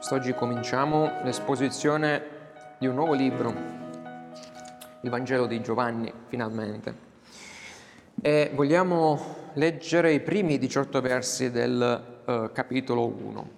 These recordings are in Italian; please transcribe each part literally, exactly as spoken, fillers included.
Quest'oggi cominciamo l'esposizione di un nuovo libro, il Vangelo di Giovanni, finalmente. E vogliamo leggere i primi diciotto versi del uh, capitolo uno.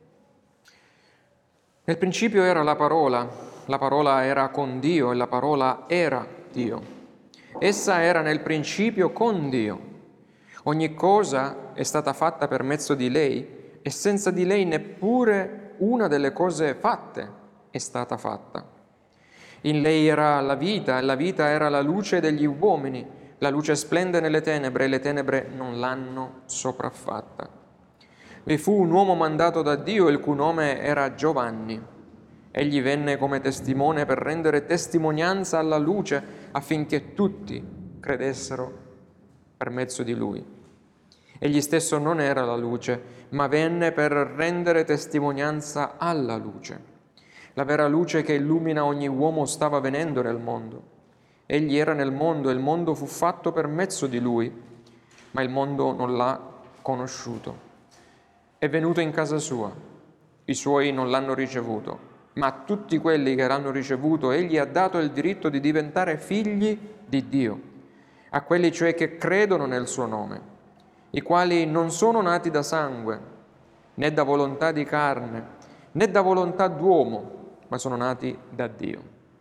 Nel principio era la parola, la parola era con Dio e la parola era Dio. Essa era nel principio con Dio. Ogni cosa è stata fatta per mezzo di lei e senza di lei neppure una delle cose fatte è stata fatta. In lei era la vita, e la vita era la luce degli uomini. La luce splende nelle tenebre, e le tenebre non l'hanno sopraffatta. Vi fu un uomo mandato da Dio, il cui nome era Giovanni. Egli venne come testimone per rendere testimonianza alla luce, affinché tutti credessero per mezzo di lui. Egli stesso non era la luce, ma venne per rendere testimonianza alla luce. La vera luce che illumina ogni uomo stava venendo nel mondo. Egli era nel mondo e il mondo fu fatto per mezzo di lui, ma il mondo non l'ha conosciuto. È venuto in casa sua, i suoi non l'hanno ricevuto, ma a tutti quelli che l'hanno ricevuto egli ha dato il diritto di diventare figli di Dio, a quelli cioè che credono nel suo nome, i quali non sono nati da sangue, né da volontà di carne, né da volontà d'uomo, ma sono nati da Dio.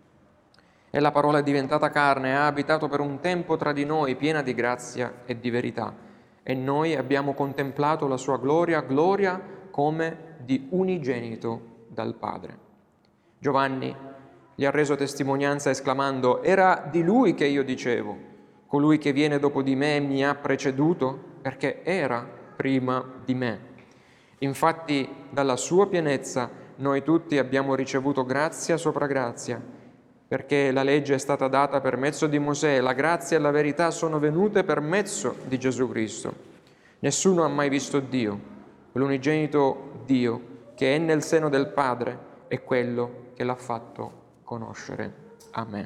E la parola è diventata carne e ha abitato per un tempo tra di noi, piena di grazia e di verità. E noi abbiamo contemplato la sua gloria, gloria come di unigenito dal Padre. Giovanni gli ha reso testimonianza esclamando: «Era di lui che io dicevo, colui che viene dopo di me mi ha preceduto, perché era prima di me». Infatti, dalla sua pienezza noi tutti abbiamo ricevuto grazia sopra grazia, perché la legge è stata data per mezzo di Mosè, la grazia e la verità sono venute per mezzo di Gesù Cristo. Nessuno ha mai visto Dio, l'unigenito Dio che è nel seno del Padre è quello che l'ha fatto conoscere. Amen.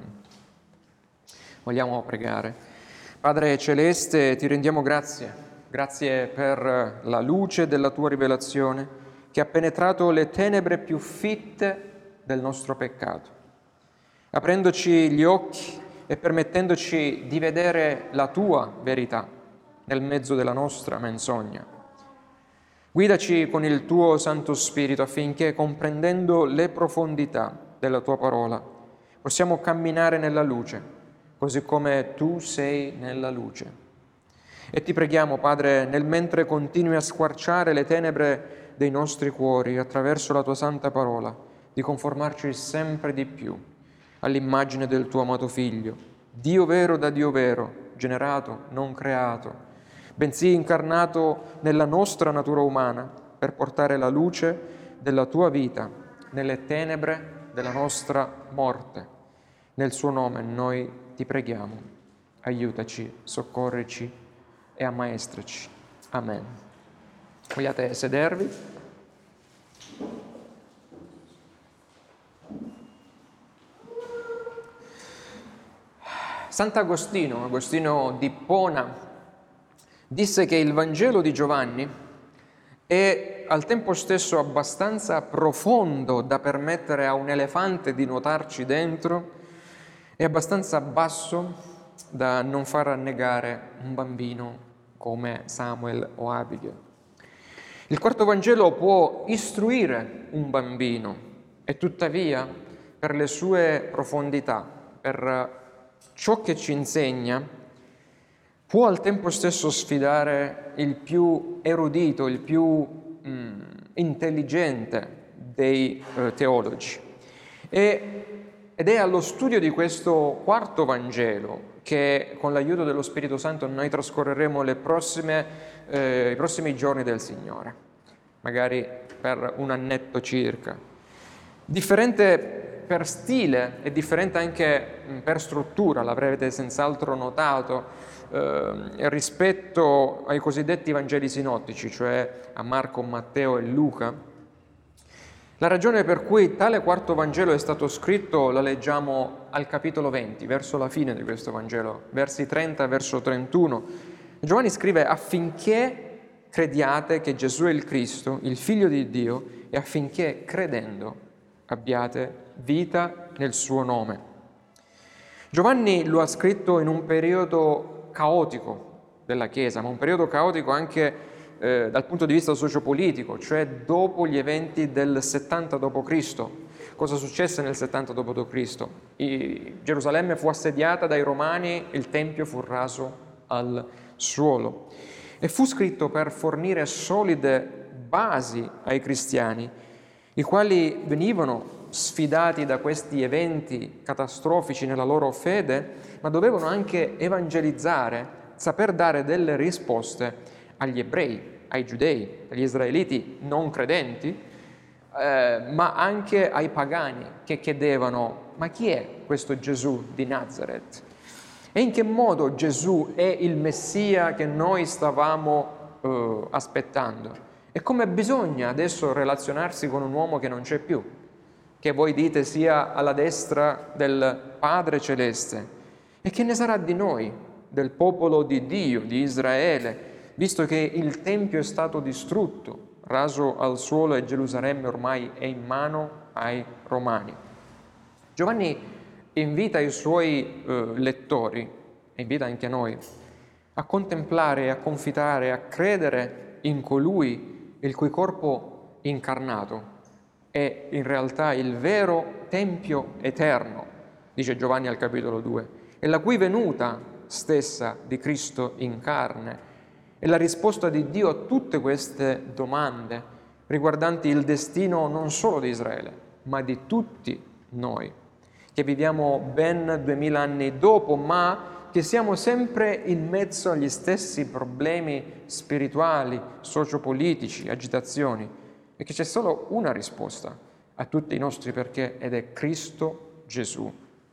Vogliamo pregare. Padre Celeste, ti rendiamo grazie. Grazie per la luce della tua rivelazione che ha penetrato le tenebre più fitte del nostro peccato, aprendoci gli occhi e permettendoci di vedere la tua verità nel mezzo della nostra menzogna. Guidaci con il tuo Santo Spirito affinché, comprendendo le profondità della tua parola, possiamo camminare nella luce, così come tu sei nella luce. E ti preghiamo, Padre, nel mentre continui a squarciare le tenebre dei nostri cuori attraverso la tua santa parola, di conformarci sempre di più all'immagine del tuo amato Figlio, Dio vero da Dio vero, generato, non creato, bensì incarnato nella nostra natura umana per portare la luce della tua vita nelle tenebre della nostra morte. Nel suo nome noi ti preghiamo. Aiutaci, soccorrici e ammaestraci. Amen. Vogliate sedervi? Sant'Agostino, Agostino d'Ippona, disse che il Vangelo di Giovanni è al tempo stesso abbastanza profondo da permettere a un elefante di nuotarci dentro e abbastanza basso da non far annegare un bambino come Samuel o Abigail. Il quarto Vangelo può istruire un bambino e tuttavia, per le sue profondità, per ciò che ci insegna, può al tempo stesso sfidare il più erudito, il più mm, intelligente dei eh, teologi. E, ed è allo studio di questo quarto Vangelo che con l'aiuto dello Spirito Santo noi trascorreremo le prossime, eh, i prossimi giorni del Signore, magari per un annetto circa. Differente per stile e differente anche per struttura, l'avrete senz'altro notato, eh, rispetto ai cosiddetti Vangeli sinottici, cioè a Marco, Matteo e Luca. La ragione per cui tale quarto Vangelo è stato scritto la leggiamo al capitolo venti, verso la fine di questo Vangelo, versi trenta e verso trentuno. Giovanni scrive: affinché crediate che Gesù è il Cristo, il Figlio di Dio, e affinché, credendo, abbiate vita nel suo nome. Giovanni lo ha scritto in un periodo caotico della Chiesa, ma un periodo caotico anche eh, dal punto di vista sociopolitico, cioè dopo gli eventi del settanta dopo Cristo. Cosa successe nel settanta dopo Cristo? Gerusalemme fu assediata dai Romani, il Tempio fu raso al suolo e fu scritto per fornire solide basi ai cristiani, i quali venivano sfidati da questi eventi catastrofici nella loro fede, ma dovevano anche evangelizzare, saper dare delle risposte agli ebrei, ai giudei, agli israeliti non credenti, eh, ma anche ai pagani che chiedevano: ma chi è questo Gesù di Nazareth? E in che modo Gesù è il Messia che noi stavamo eh, aspettando? E come bisogna adesso relazionarsi con un uomo che non c'è più, che voi dite sia alla destra del Padre Celeste? E che ne sarà di noi, del popolo di Dio, di Israele, visto che il Tempio è stato distrutto, raso al suolo e Gerusalemme ormai è in mano ai Romani? Giovanni invita i suoi eh, lettori, e invita anche noi, a contemplare, a confidare, a credere in colui il cui corpo incarnato è in realtà il vero Tempio eterno, dice Giovanni al capitolo due, e la cui venuta stessa di Cristo in carne è la risposta di Dio a tutte queste domande riguardanti il destino non solo di Israele, ma di tutti noi, che viviamo ben duemila anni dopo, ma che siamo sempre in mezzo agli stessi problemi spirituali, sociopolitici, agitazioni, e che c'è solo una risposta a tutti i nostri perché, ed è Cristo Gesù,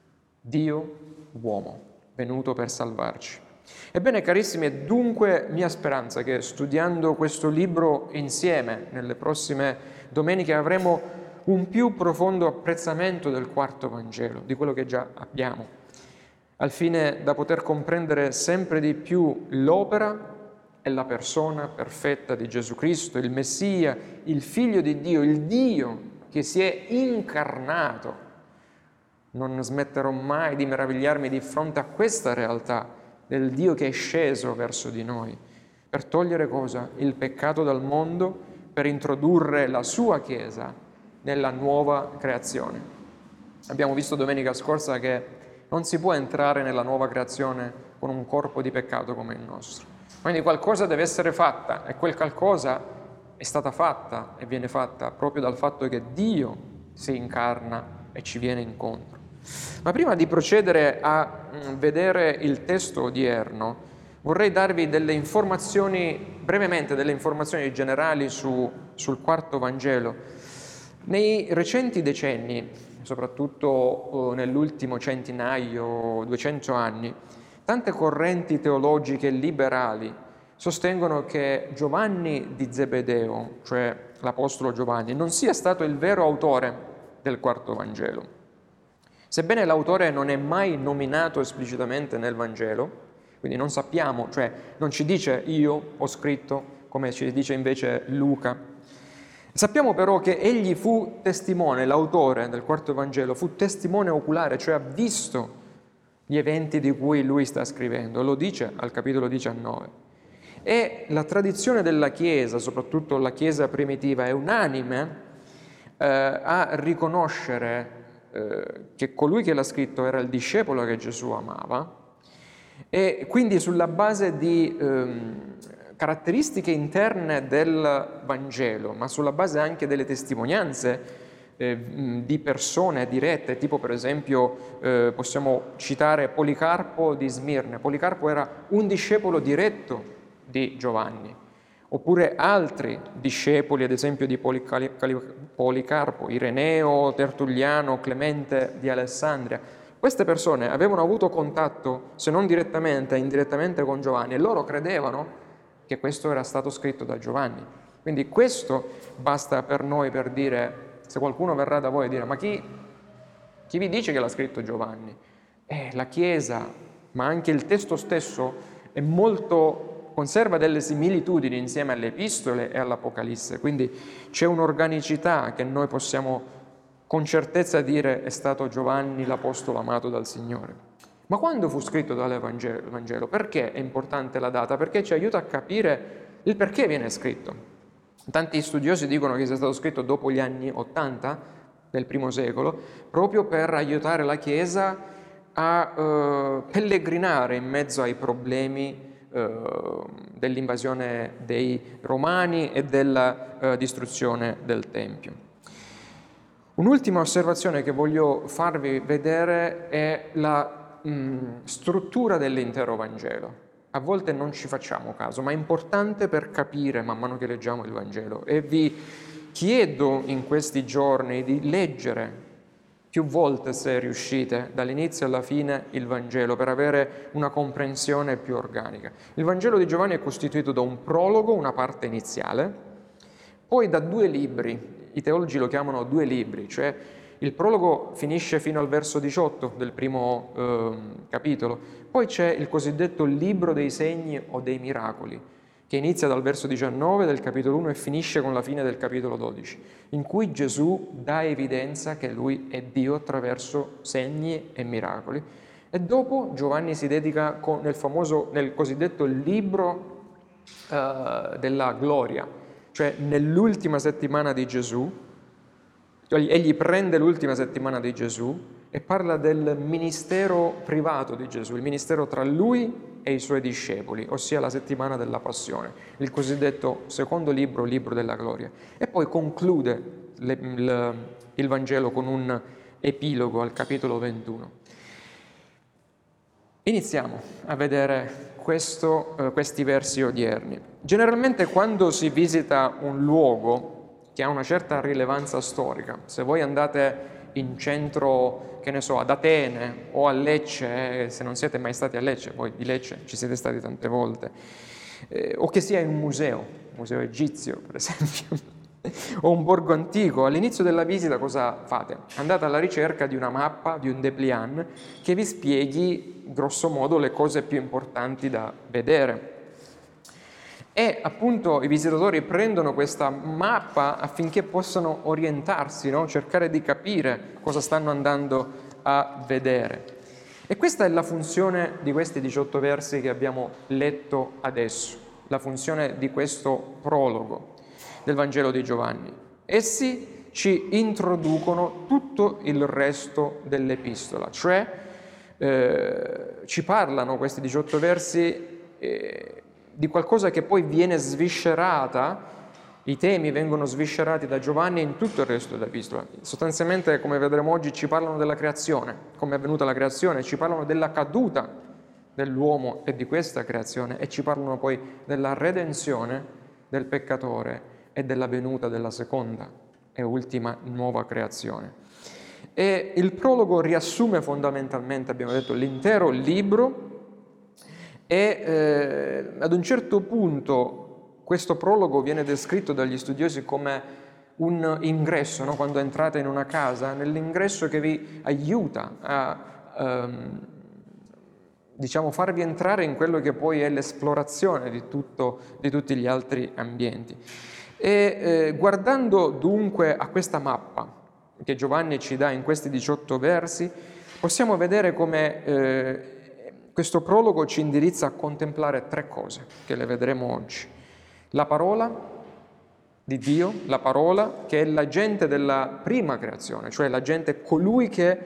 Dio uomo, venuto per salvarci. Ebbene, carissimi, è dunque mia speranza che studiando questo libro insieme nelle prossime domeniche avremo un più profondo apprezzamento del quarto Vangelo, di quello che già abbiamo, al fine da poter comprendere sempre di più l'opera e la persona perfetta di Gesù Cristo, il Messia, il Figlio di Dio, il Dio che si è incarnato. Non smetterò mai di meravigliarmi di fronte a questa realtà del Dio che è sceso verso di noi, per togliere cosa? Il peccato dal mondo, per introdurre la sua Chiesa nella nuova creazione. Abbiamo visto domenica scorsa che non si può entrare nella nuova creazione con un corpo di peccato come il nostro. Quindi qualcosa deve essere fatta, e quel qualcosa è stata fatta e viene fatta proprio dal fatto che Dio si incarna e ci viene incontro. Ma prima di procedere a vedere il testo odierno, vorrei darvi delle informazioni, brevemente delle informazioni generali su, sul quarto Vangelo. Nei recenti decenni, soprattutto nell'ultimo centinaio, duecento anni, tante correnti teologiche liberali sostengono che Giovanni di Zebedeo, cioè l'Apostolo Giovanni, non sia stato il vero autore del quarto Vangelo. Sebbene l'autore non è mai nominato esplicitamente nel Vangelo, quindi non sappiamo, cioè non ci dice io ho scritto, come ci dice invece Luca. Sappiamo però che egli fu testimone, l'autore del quarto Vangelo, fu testimone oculare, cioè ha visto gli eventi di cui lui sta scrivendo, lo dice al capitolo diciannove. E la tradizione della Chiesa, soprattutto la Chiesa primitiva, è unanime eh, a riconoscere eh, che colui che l'ha scritto era il discepolo che Gesù amava, e quindi sulla base di ehm, caratteristiche interne del Vangelo, ma sulla base anche delle testimonianze eh, di persone dirette, tipo per esempio eh, possiamo citare Policarpo di Smirne. Policarpo era un discepolo diretto di Giovanni, oppure altri discepoli, ad esempio di Policarpo, Ireneo, Tertulliano, Clemente di Alessandria. Queste persone avevano avuto contatto, se non direttamente, indirettamente con Giovanni, e loro credevano che questo era stato scritto da Giovanni. Quindi questo basta per noi per dire, se qualcuno verrà da voi a dire ma chi, chi vi dice che l'ha scritto Giovanni? Eh, la Chiesa, ma anche il testo stesso è molto conserva delle similitudini insieme alle epistole e all'Apocalisse, quindi c'è un'organicità che noi possiamo con certezza dire è stato Giovanni l'apostolo amato dal Signore. Ma quando fu scritto tale Vangelo? Vangelo? Perché è importante la data? Perché ci aiuta a capire il perché viene scritto. Tanti studiosi dicono che sia stato scritto dopo gli anni ottanta del primo secolo, proprio per aiutare la Chiesa a eh, pellegrinare in mezzo ai problemi eh, dell'invasione dei Romani e della eh, distruzione del Tempio. Un'ultima osservazione che voglio farvi vedere è la mh, struttura dell'intero Vangelo. A volte non ci facciamo caso, ma è importante per capire man mano che leggiamo il Vangelo. E vi chiedo in questi giorni di leggere più volte, se riuscite, dall'inizio alla fine il Vangelo, per avere una comprensione più organica. Il Vangelo di Giovanni è costituito da un prologo, una parte iniziale, poi da due libri. I teologi lo chiamano due libri, cioè il prologo finisce fino al verso diciotto del primo eh, capitolo, poi c'è il cosiddetto libro dei segni o dei miracoli, che inizia dal verso diciannove del capitolo uno e finisce con la fine del capitolo dodici, in cui Gesù dà evidenza che Lui è Dio attraverso segni e miracoli. E dopo Giovanni si dedica con, nel famoso, nel cosiddetto libro eh, della gloria, cioè nell'ultima settimana di Gesù, egli prende l'ultima settimana di Gesù e parla del ministero privato di Gesù, il ministero tra lui e i suoi discepoli, ossia la settimana della passione, il cosiddetto secondo libro, libro della gloria. E poi conclude le, il, il Vangelo con un epilogo al capitolo ventuno. Iniziamo a vedere questo, eh, questi versi odierni. Generalmente quando si visita un luogo che ha una certa rilevanza storica, se voi andate in centro, che ne so, ad Atene o a Lecce, eh, se non siete mai stati a Lecce, poi di Lecce ci siete stati tante volte, eh, o che sia in un museo, un museo egizio per esempio, o un borgo antico, all'inizio della visita cosa fate? Andate alla ricerca di una mappa, di un dépliant, che vi spieghi grosso modo le cose più importanti da vedere. E appunto i visitatori prendono questa mappa affinché possano orientarsi, no? Cercare di capire cosa stanno andando a vedere. E questa è la funzione di questi diciotto versi che abbiamo letto adesso, la funzione di questo prologo del Vangelo di Giovanni. Essi ci introducono tutto il resto dell'epistola, cioè eh, ci parlano questi diciotto versi eh, di qualcosa che poi viene sviscerata, i temi vengono sviscerati da Giovanni in tutto il resto dell'epistola. Sostanzialmente, come vedremo oggi, ci parlano della creazione, come è avvenuta la creazione, ci parlano della caduta dell'uomo e di questa creazione, e ci parlano poi della redenzione del peccatore e della venuta della seconda e ultima nuova creazione. E il prologo riassume fondamentalmente, abbiamo detto, l'intero libro. E eh, ad un certo punto questo prologo viene descritto dagli studiosi come un ingresso, no? Quando entrate in una casa, nell'ingresso che vi aiuta a ehm, diciamo farvi entrare in quello che poi è l'esplorazione di, tutto, di tutti gli altri ambienti. E eh, guardando dunque a questa mappa che Giovanni ci dà in questi diciotto versi, possiamo vedere come eh, questo prologo ci indirizza a contemplare tre cose, che le vedremo oggi. La parola di Dio, la parola che è l'agente della prima creazione, cioè l'agente colui che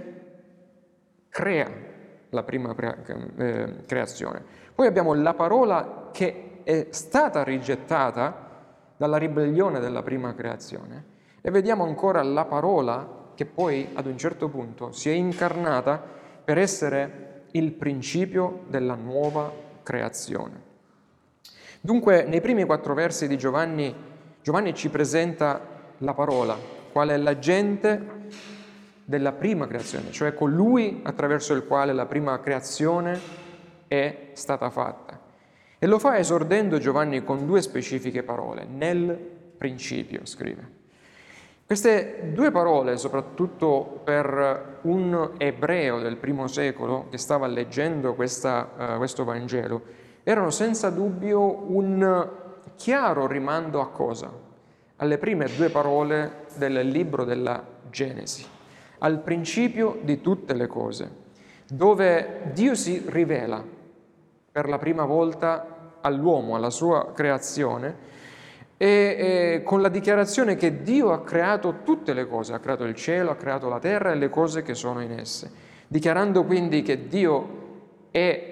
crea la prima creazione. Poi abbiamo la parola che è stata rigettata dalla ribellione della prima creazione, e vediamo ancora la parola che poi ad un certo punto si è incarnata per essere il principio della nuova creazione. Dunque, nei primi quattro versi di Giovanni, Giovanni ci presenta la parola, qual è l'agente della prima creazione, cioè colui attraverso il quale la prima creazione è stata fatta. E lo fa esordendo Giovanni con due specifiche parole, nel principio, scrive. Queste due parole, soprattutto per un ebreo del primo secolo che stava leggendo questa, uh, questo Vangelo, erano senza dubbio un chiaro rimando a cosa? Alle prime due parole del libro della Genesi, al principio di tutte le cose, dove Dio si rivela per la prima volta all'uomo, alla sua creazione, e, e con la dichiarazione che Dio ha creato tutte le cose, ha creato il cielo, ha creato la terra e le cose che sono in esse, dichiarando quindi che Dio è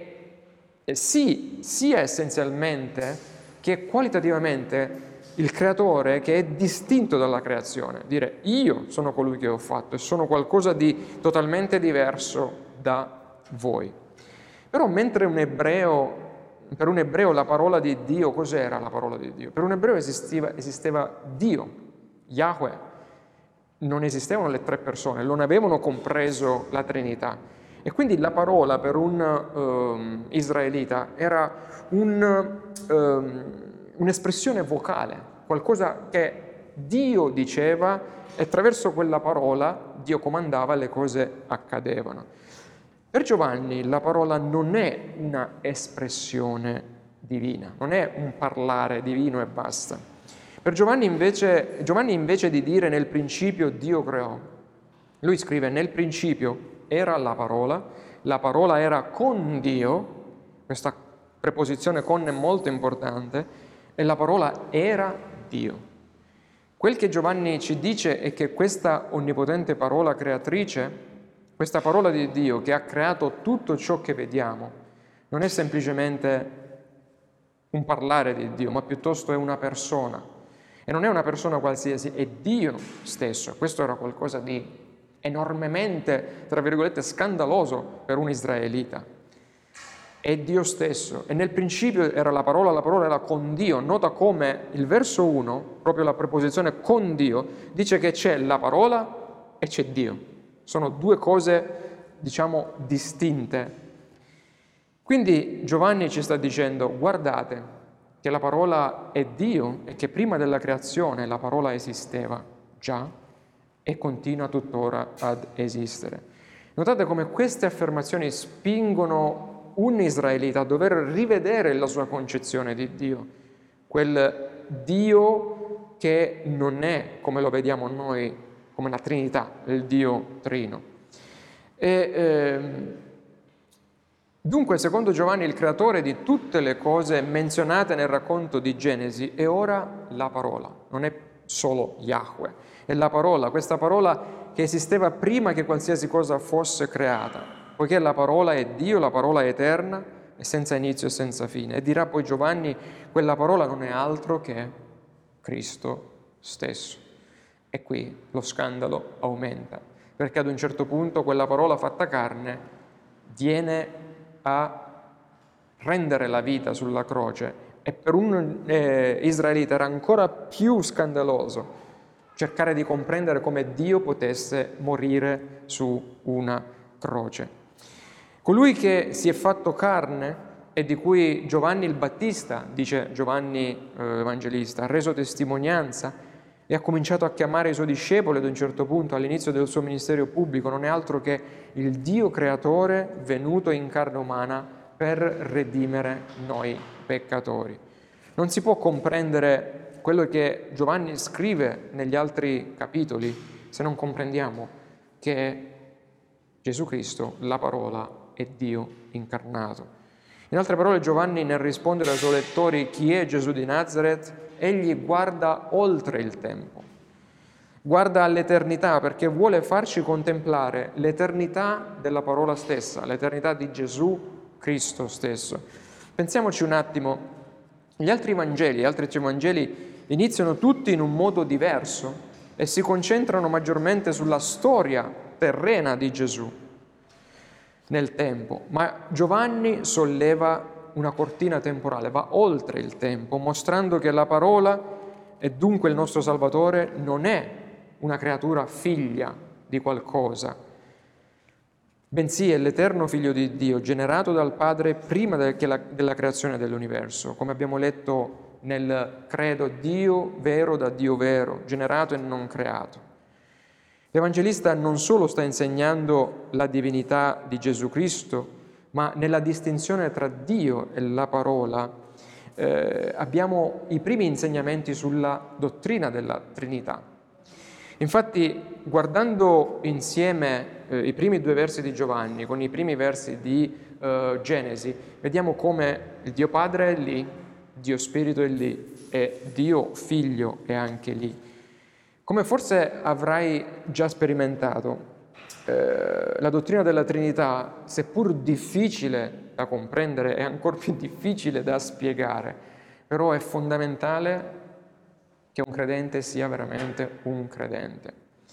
sì, sia essenzialmente che qualitativamente il creatore, che è distinto dalla creazione, dire io sono colui che ho fatto e sono qualcosa di totalmente diverso da voi. Però mentre un ebreo, per un ebreo la parola di Dio, cos'era la parola di Dio? Per un ebreo esisteva, esisteva Dio, Yahweh, non esistevano le tre persone, non avevano compreso la Trinità. E quindi la parola per un um, israelita era un, um, un'espressione vocale, qualcosa che Dio diceva e attraverso quella parola Dio comandava e le cose accadevano. Per Giovanni la parola non è una espressione divina, non è un parlare divino e basta. Per Giovanni invece, Giovanni invece di dire nel principio Dio creò, lui scrive nel principio era la parola, la parola era con Dio, questa preposizione con è molto importante, e la parola era Dio. Quel che Giovanni ci dice è che questa onnipotente parola creatrice, questa parola di Dio che ha creato tutto ciò che vediamo, non è semplicemente un parlare di Dio, ma piuttosto è una persona. E non è una persona qualsiasi, è Dio stesso. Questo era qualcosa di enormemente, tra virgolette, scandaloso per un israelita. È Dio stesso. E nel principio era la parola, la parola era con Dio. Nota come il verso uno, proprio la preposizione con Dio, dice che c'è la parola e c'è Dio. Sono due cose, diciamo, distinte. Quindi Giovanni ci sta dicendo, guardate, che la parola è Dio e che prima della creazione la parola esisteva già e continua tuttora ad esistere. Notate come queste affermazioni spingono un israelita a dover rivedere la sua concezione di Dio, quel Dio che non è come lo vediamo noi, come la Trinità, il Dio Trino. E, ehm, Dunque, secondo Giovanni, il creatore di tutte le cose menzionate nel racconto di Genesi è ora la parola, non è solo Yahweh, è la parola, questa parola che esisteva prima che qualsiasi cosa fosse creata, poiché la parola è Dio, la parola è eterna, è senza inizio e senza fine. E dirà poi Giovanni, quella parola non è altro che Cristo stesso. E qui lo scandalo aumenta, perché ad un certo punto quella parola fatta carne viene a rendere la vita sulla croce e per un eh, israelita era ancora più scandaloso cercare di comprendere come Dio potesse morire su una croce. Colui che si è fatto carne e di cui Giovanni il Battista, dice Giovanni eh, Evangelista, ha reso testimonianza e ha cominciato a chiamare i suoi discepoli ad un certo punto, all'inizio del suo ministero pubblico, non è altro che il Dio creatore venuto in carne umana per redimere noi peccatori. Non si può comprendere quello che Giovanni scrive negli altri capitoli se non comprendiamo che Gesù Cristo, la parola, è Dio incarnato. In altre parole, Giovanni, nel rispondere ai suoi lettori chi è Gesù di Nazaret, egli guarda oltre il tempo, guarda all'eternità, perché vuole farci contemplare l'eternità della parola stessa, l'eternità di Gesù Cristo stesso. Pensiamoci un attimo, gli altri Vangeli, gli altri tre Vangeli iniziano tutti in un modo diverso e si concentrano maggiormente sulla storia terrena di Gesù nel tempo, ma Giovanni solleva una cortina temporale, va oltre il tempo, mostrando che la parola e dunque il nostro Salvatore non è una creatura figlia di qualcosa, bensì è l'eterno Figlio di Dio, generato dal Padre prima della creazione dell'universo, come abbiamo letto nel credo, Dio vero da Dio vero, generato e non creato. L'Evangelista non solo sta insegnando la divinità di Gesù Cristo, ma nella distinzione tra Dio e la parola eh, abbiamo i primi insegnamenti sulla dottrina della Trinità. Infatti, guardando insieme eh, i primi due versi di Giovanni con i primi versi di eh, Genesi, vediamo come il Dio Padre è lì, Dio Spirito è lì e Dio Figlio è anche lì. Come forse avrai già sperimentato, eh, la dottrina della Trinità, seppur difficile da comprendere, è ancora più difficile da spiegare, però è fondamentale che un credente sia veramente un credente.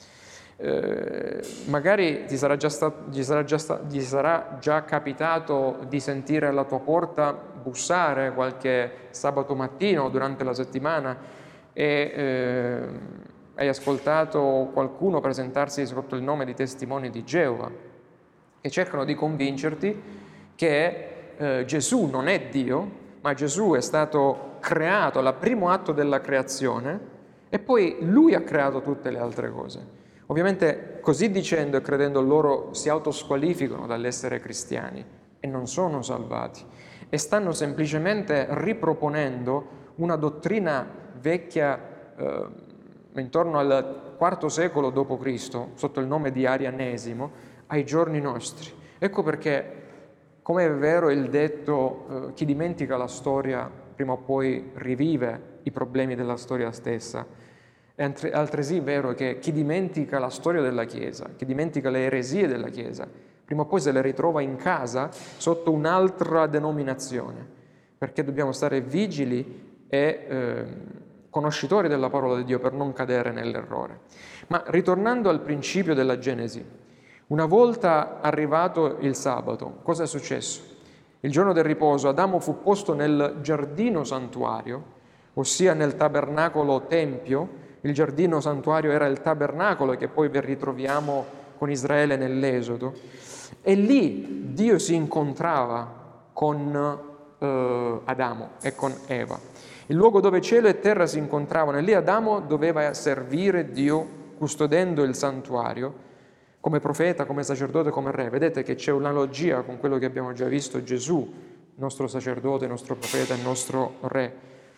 Eh, magari ti sarà già stato, gli, sarà già sta, gli sarà già capitato di sentire alla tua porta bussare qualche sabato mattino durante la settimana e eh, hai ascoltato qualcuno presentarsi sotto il nome di testimoni di Geova e cercano di convincerti che eh, Gesù non è Dio, ma Gesù è stato creato al primo atto della creazione e poi Lui ha creato tutte le altre cose. Ovviamente così dicendo e credendo loro si autosqualificano dall'essere cristiani e non sono salvati e stanno semplicemente riproponendo una dottrina vecchia eh, intorno al quarto secolo dopo Cristo, sotto il nome di arianesimo, ai giorni nostri. Ecco perché, come è vero il detto, eh, chi dimentica la storia prima o poi rivive i problemi della storia stessa, è altresì vero che chi dimentica la storia della Chiesa, chi dimentica le eresie della Chiesa, prima o poi se le ritrova in casa sotto un'altra denominazione, perché dobbiamo stare vigili e eh, conoscitori della parola di Dio per non cadere nell'errore. Ma ritornando al principio della Genesi, una volta arrivato il sabato, cosa è successo? Il giorno del riposo Adamo fu posto nel giardino santuario, ossia nel tabernacolo tempio. Il giardino santuario era il tabernacolo che poi vi ritroviamo con Israele nell'Esodo. E lì Dio si incontrava con eh, Adamo e con Eva. Il luogo dove cielo e terra si incontravano, e lì Adamo doveva servire Dio custodendo il santuario come profeta, come sacerdote, come re. Vedete che c'è un'analogia con quello che abbiamo già visto, Gesù, nostro sacerdote, nostro profeta e nostro re.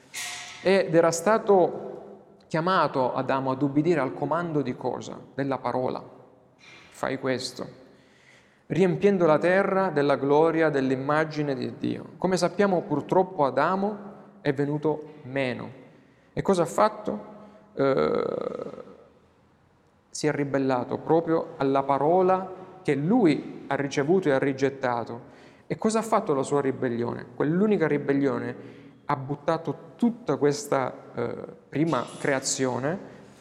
Ed era stato chiamato Adamo ad ubbidire al comando di cosa? Della parola. Fai questo, riempiendo la terra della gloria dell'immagine di Dio. Come sappiamo, purtroppo Adamo è venuto meno. E cosa ha fatto? Eh, si è ribellato proprio alla parola che lui ha ricevuto e ha rigettato. E cosa ha fatto la sua ribellione? Quell'unica ribellione ha buttato tutta questa eh, prima creazione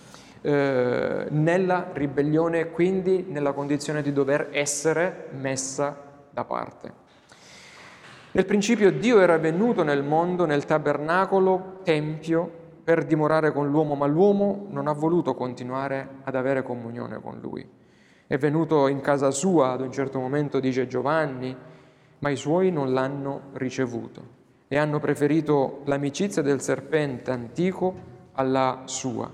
eh, nella ribellione, quindi nella condizione di dover essere messa da parte. Nel principio Dio era venuto nel mondo, nel tabernacolo, tempio, per dimorare con l'uomo, ma l'uomo non ha voluto continuare ad avere comunione con lui. È venuto in casa sua ad un certo momento, dice Giovanni, ma i suoi non l'hanno ricevuto e hanno preferito l'amicizia del serpente antico alla sua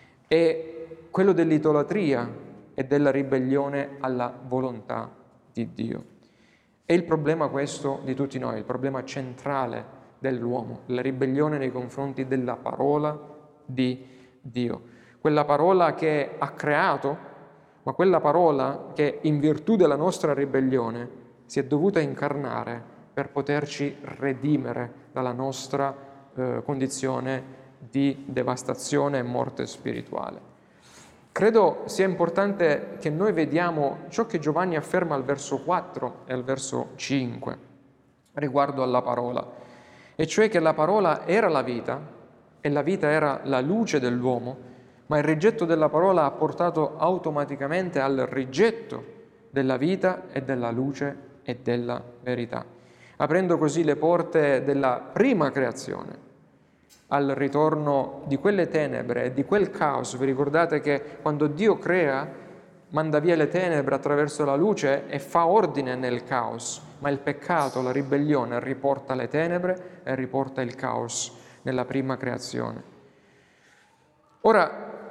e quello dell'idolatria e della ribellione alla volontà di Dio. È il problema questo di tutti noi, il problema centrale dell'uomo, la ribellione nei confronti della parola di Dio. Quella parola che ha creato, ma quella parola che in virtù della nostra ribellione si è dovuta incarnare per poterci redimere dalla nostra eh, condizione di devastazione e morte spirituale. Credo sia importante che noi vediamo ciò che Giovanni afferma al verso quattro e al verso cinque riguardo alla parola, e cioè che la parola era la vita e la vita era la luce dell'uomo, ma il rigetto della parola ha portato automaticamente al rigetto della vita e della luce e della verità, aprendo così le porte della prima creazione al ritorno di quelle tenebre e di quel caos. Vi ricordate che quando Dio crea, manda via le tenebre attraverso la luce e fa ordine nel caos, ma il peccato, la ribellione, riporta le tenebre e riporta il caos nella prima creazione. Ora,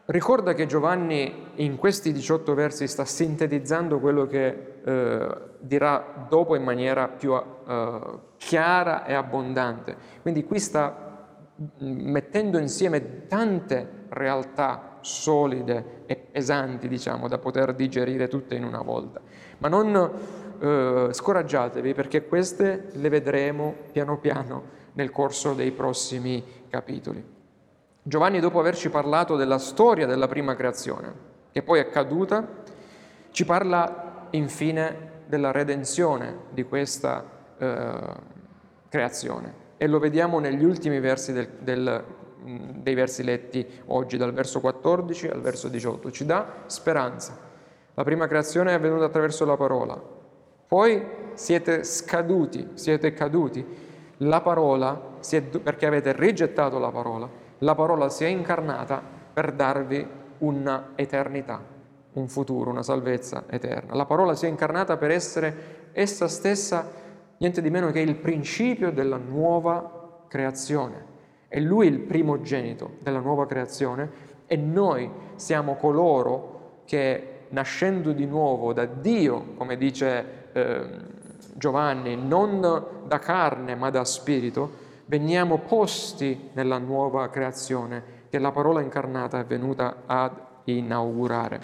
ricorda che Giovanni in questi diciotto versi sta sintetizzando quello che eh, dirà dopo in maniera più eh, chiara e abbondante. Quindi qui sta mettendo insieme tante realtà solide e pesanti, diciamo, da poter digerire tutte in una volta. Ma non eh, scoraggiatevi, perché queste le vedremo piano piano nel corso dei prossimi capitoli. Giovanni, dopo averci parlato della storia della prima creazione, che poi è caduta, ci parla infine della redenzione di questa eh, creazione. E lo vediamo negli ultimi versi del, del, dei versi letti oggi, dal verso quattordici al verso diciotto. Ci dà speranza. La prima creazione è avvenuta attraverso la parola. Poi siete scaduti, siete caduti. La parola, si è, perché avete rigettato la parola, la parola si è incarnata per darvi una eternità, un futuro, una salvezza eterna. La parola si è incarnata per essere essa stessa niente di meno che il principio della nuova creazione. È Lui il primogenito della nuova creazione e noi siamo coloro che, nascendo di nuovo da Dio, come dice eh, Giovanni, non da carne ma da spirito, veniamo posti nella nuova creazione che la parola incarnata è venuta ad inaugurare.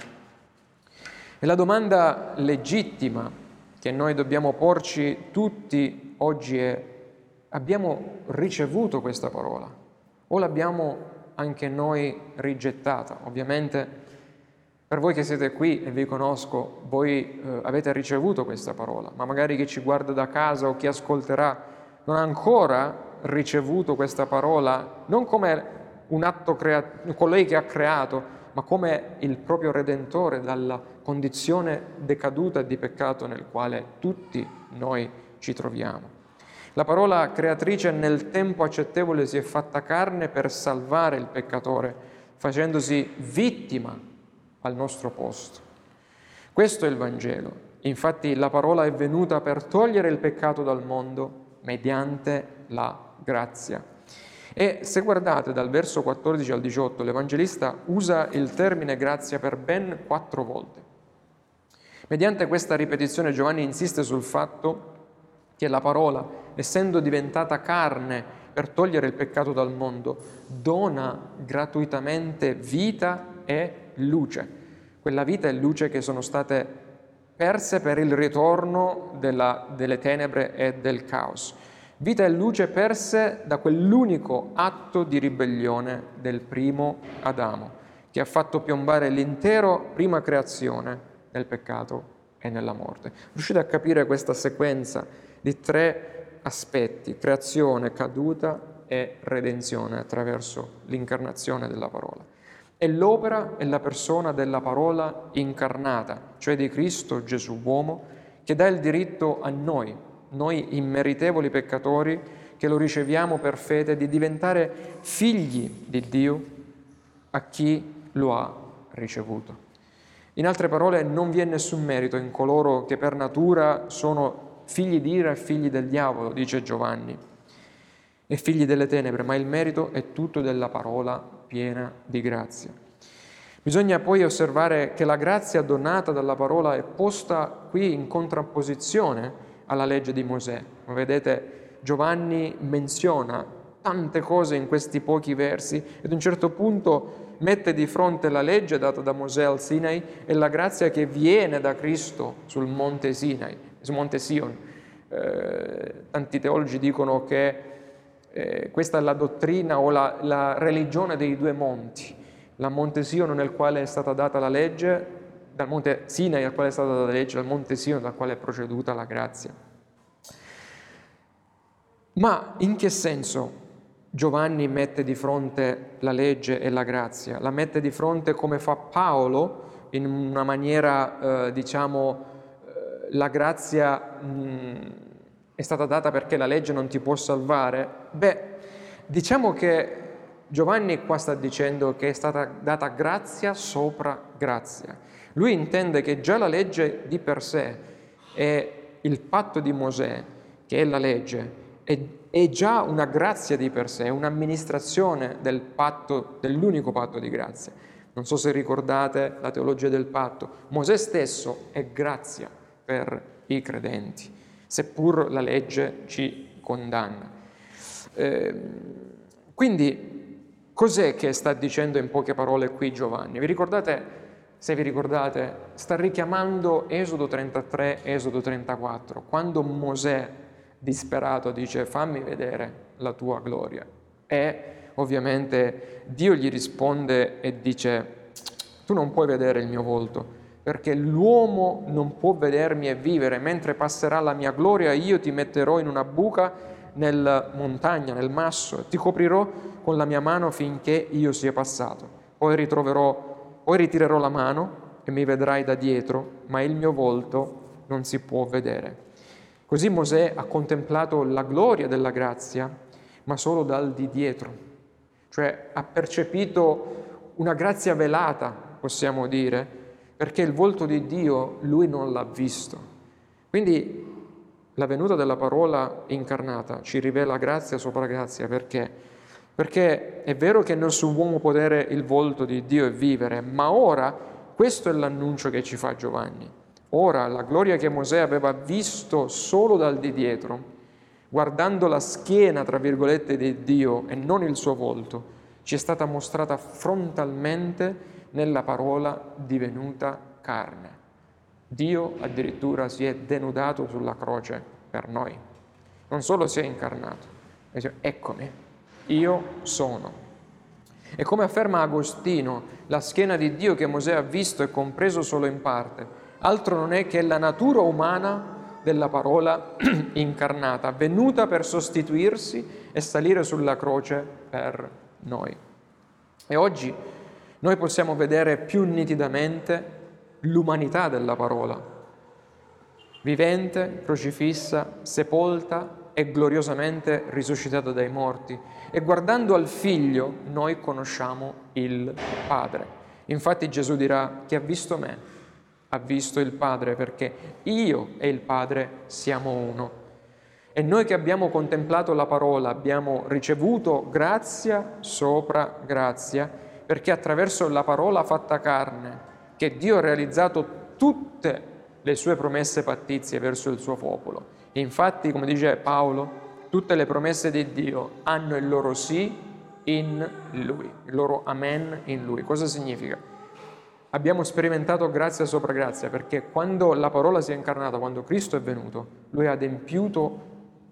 E la domanda legittima che noi dobbiamo porci tutti oggi è: abbiamo ricevuto questa parola o l'abbiamo anche noi rigettata? Ovviamente per voi che siete qui e vi conosco, voi eh, avete ricevuto questa parola, ma magari chi ci guarda da casa o chi ascolterà non ha ancora ricevuto questa parola, non come un atto creativo, colei che ha creato, ma come il proprio Redentore dalla condizione decaduta di peccato nel quale tutti noi ci troviamo. La parola creatrice nel tempo accettevole si è fatta carne per salvare il peccatore, facendosi vittima al nostro posto. Questo è il Vangelo. Infatti la parola è venuta per togliere il peccato dal mondo mediante la grazia. E se guardate dal verso quattordici al diciotto, l'Evangelista usa il termine grazia per ben quattro volte. Mediante questa ripetizione Giovanni insiste sul fatto che la parola, essendo diventata carne per togliere il peccato dal mondo, dona gratuitamente vita e luce. Quella vita e luce che sono state perse per il ritorno della, delle tenebre e del caos. Vita e luce perse da quell'unico atto di ribellione del primo Adamo, che ha fatto piombare l'intero prima creazione nel peccato e nella morte. Riuscite a capire questa sequenza di tre aspetti: creazione, caduta e redenzione attraverso l'incarnazione della parola. E l'opera e la persona della parola incarnata, cioè di Cristo Gesù uomo, che dà il diritto a noi, noi immeritevoli peccatori che lo riceviamo per fede, di diventare figli di Dio a chi lo ha ricevuto. In altre parole, non vi è nessun merito in coloro che per natura sono figli di ira e figli del diavolo, dice Giovanni, e figli delle tenebre, ma il merito è tutto della parola piena di grazia. Bisogna poi osservare che la grazia donata dalla parola è posta qui in contrapposizione alla legge di Mosè. Come vedete, Giovanni menziona tante cose in questi pochi versi ed a un certo punto mette di fronte la legge data da Mosè al Sinai e la grazia che viene da Cristo sul monte Sinai, sul monte Sion. Eh, tanti teologi dicono che eh, questa è la dottrina o la, la religione dei due monti, la monte Sion nel quale è stata data la legge, dal monte Sinai al quale è stata data la legge, dal monte Sion dal quale è proceduta la grazia. Ma in che senso Giovanni mette di fronte la legge e la grazia? La mette di fronte come fa Paolo, in una maniera, eh, diciamo, eh, la grazia mh, è stata data perché la legge non ti può salvare? Beh, diciamo che Giovanni qua sta dicendo che è stata data grazia sopra grazia. Lui intende che già la legge di per sé e il patto di Mosè, che è la legge, è, è già una grazia di per sé, un'amministrazione del patto, dell'unico patto di grazia. Non so se ricordate la teologia del patto. Mosè stesso è grazia per i credenti, seppur la legge ci condanna. Eh, quindi, cos'è che sta dicendo in poche parole qui Giovanni? Vi ricordate, se vi ricordate, sta richiamando Esodo trentatré, Esodo trentaquattro, quando Mosè, disperato, dice fammi vedere la tua gloria. E ovviamente Dio gli risponde e dice tu non puoi vedere il mio volto, perché l'uomo non può vedermi e vivere, mentre passerà la mia gloria io ti metterò in una buca nella montagna, nel masso, e ti coprirò con la mia mano finché io sia passato. Poi ritroverò, poi ritirerò la mano e mi vedrai da dietro, ma il mio volto non si può vedere. Così Mosè ha contemplato la gloria della grazia, ma solo dal di dietro, cioè ha percepito una grazia velata, possiamo dire, perché il volto di Dio lui non l'ha visto. Quindi la venuta della parola incarnata ci rivela grazia sopra grazia. Perché? Perché è vero che non su uomo potere il volto di Dio è vivere, ma ora questo è l'annuncio che ci fa Giovanni. Ora la gloria che Mosè aveva visto solo dal di dietro, guardando la schiena, tra virgolette, di Dio e non il suo volto, ci è stata mostrata frontalmente nella parola divenuta carne. Dio addirittura si è denudato sulla croce per noi. Non solo si è incarnato, ma dice, eccomi, io sono. E come afferma Agostino, la schiena di Dio che Mosè ha visto e compreso solo in parte, altro non è che la natura umana della parola incarnata, venuta per sostituirsi e salire sulla croce per noi. E oggi noi possiamo vedere più nitidamente l'umanità della parola, vivente, crocifissa, sepolta e gloriosamente risuscitata dai morti. E guardando al Figlio noi conosciamo il Padre. Infatti Gesù dirà, chi ha visto me ha visto il Padre, perché io e il Padre siamo uno. E noi che abbiamo contemplato la parola abbiamo ricevuto grazia sopra grazia, perché attraverso la parola fatta carne, che Dio ha realizzato tutte le sue promesse pattizie verso il suo popolo. E infatti, come dice Paolo, tutte le promesse di Dio hanno il loro sì in Lui, il loro amen in Lui. Cosa significa? Abbiamo sperimentato grazia sopra grazia, perché quando la parola si è incarnata, quando Cristo è venuto, Lui ha adempiuto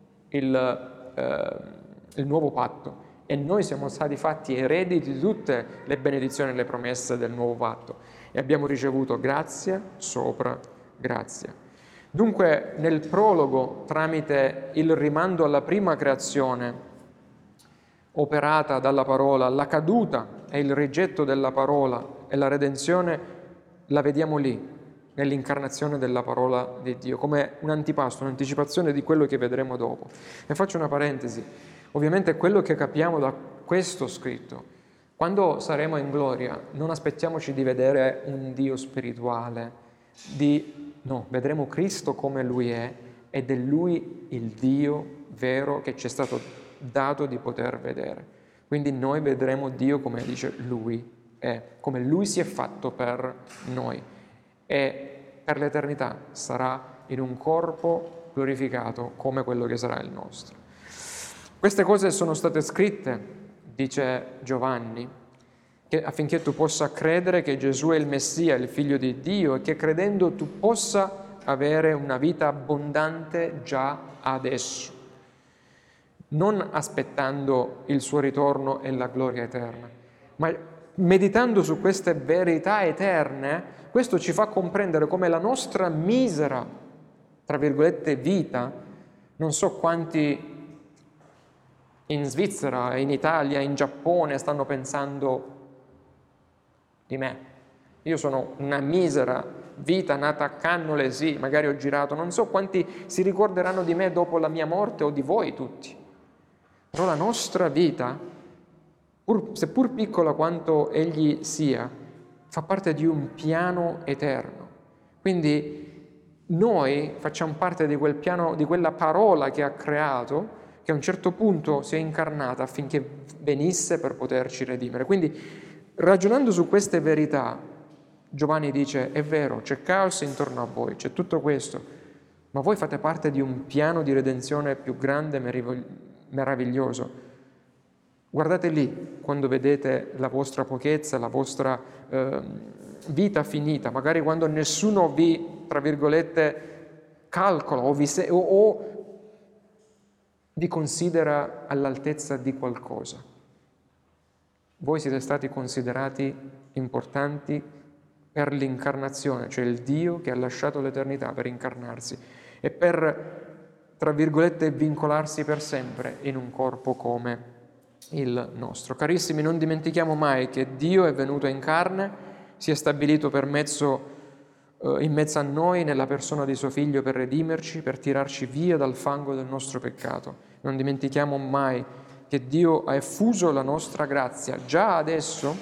il, eh, il nuovo patto, e noi siamo stati fatti eredi di tutte le benedizioni e le promesse del nuovo patto e abbiamo ricevuto grazia sopra grazia. Dunque, nel prologo, tramite il rimando alla prima creazione operata dalla parola, la caduta e il rigetto della parola e la redenzione la vediamo lì, nell'incarnazione della parola di Dio, come un antipasto, un'anticipazione di quello che vedremo dopo. E faccio una parentesi. Ovviamente quello che capiamo da questo scritto, quando saremo in gloria, non aspettiamoci di vedere un Dio spirituale, di, no, vedremo Cristo come Lui è, ed è Lui il Dio vero che ci è stato dato di poter vedere. Quindi noi vedremo Dio come dice Lui è, come Lui si è fatto per noi, e per l'eternità sarà in un corpo glorificato come quello che sarà il nostro. Queste cose sono state scritte, dice Giovanni, che affinché tu possa credere che Gesù è il Messia, il Figlio di Dio, e che credendo tu possa avere una vita abbondante già adesso, non aspettando il suo ritorno e la gloria eterna, ma meditando su queste verità eterne. Questo ci fa comprendere come la nostra misera, tra virgolette, vita, non so quanti in Svizzera, in Italia, in Giappone stanno pensando di me. Io sono una misera vita nata a Cannole, sì, magari ho girato, non so quanti si ricorderanno di me dopo la mia morte o di voi tutti. Però la nostra vita, pur, seppur piccola quanto egli sia, fa parte di un piano eterno. Quindi noi facciamo parte di quel piano, di quella parola che ha creato, che a un certo punto si è incarnata affinché venisse per poterci redimere. Quindi ragionando su queste verità, Giovanni dice, è vero, c'è caos intorno a voi, c'è tutto questo, ma voi fate parte di un piano di redenzione più grande e meraviglioso. Guardate lì, quando vedete la vostra pochezza, la vostra eh, vita finita, magari quando nessuno vi, tra virgolette, calcola o vi, se- o, o vi considera all'altezza di qualcosa. Voi siete stati considerati importanti per l'incarnazione, cioè il Dio che ha lasciato l'eternità per incarnarsi e per, tra virgolette, vincolarsi per sempre in un corpo come il nostro. Carissimi, non dimentichiamo mai che Dio è venuto in carne, si è stabilito per mezzo, eh, in mezzo a noi nella persona di suo Figlio per redimerci, per tirarci via dal fango del nostro peccato. Non dimentichiamo mai che Dio ha effuso la nostra grazia già adesso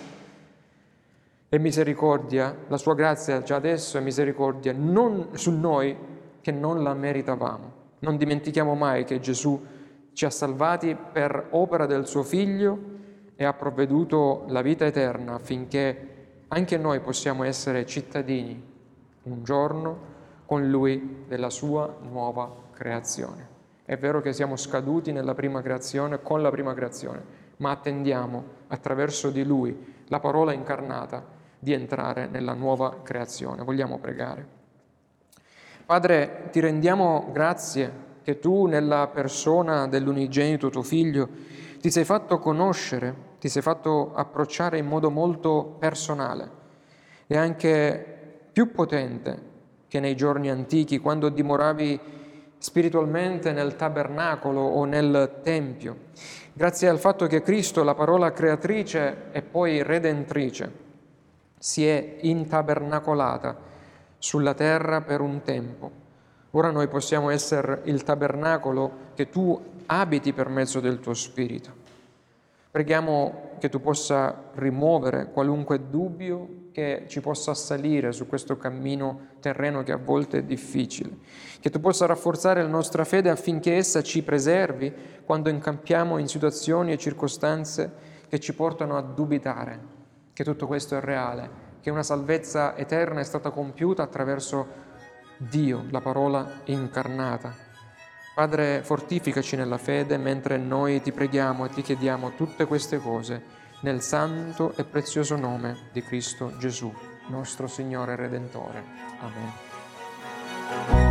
e misericordia, la sua grazia già adesso e misericordia non, su noi che non la meritavamo. Non dimentichiamo mai che Gesù ci ha salvati per opera del suo Figlio e ha provveduto la vita eterna affinché anche noi possiamo essere cittadini un giorno con Lui della sua nuova creazione. È vero che siamo scaduti nella prima creazione, con la prima creazione, ma attendiamo attraverso di Lui, la parola incarnata, di entrare nella nuova creazione. Vogliamo pregare. Padre, ti rendiamo grazie che tu nella persona dell'unigenito tuo Figlio ti sei fatto conoscere, ti sei fatto approcciare in modo molto personale e anche più potente che nei giorni antichi, quando dimoravi spiritualmente nel tabernacolo o nel Tempio. Grazie al fatto che Cristo, la parola creatrice e poi redentrice, si è intabernacolata sulla terra per un tempo. Ora noi possiamo essere il tabernacolo che tu abiti per mezzo del tuo Spirito. Preghiamo che tu possa rimuovere qualunque dubbio che ci possa assalire su questo cammino terreno che a volte è difficile, che tu possa rafforzare la nostra fede affinché essa ci preservi quando incampiamo in situazioni e circostanze che ci portano a dubitare che tutto questo è reale, che una salvezza eterna è stata compiuta attraverso Dio, la parola incarnata. Padre, fortificaci nella fede mentre noi ti preghiamo e ti chiediamo tutte queste cose nel santo e prezioso nome di Cristo Gesù, nostro Signore e Redentore. Amen.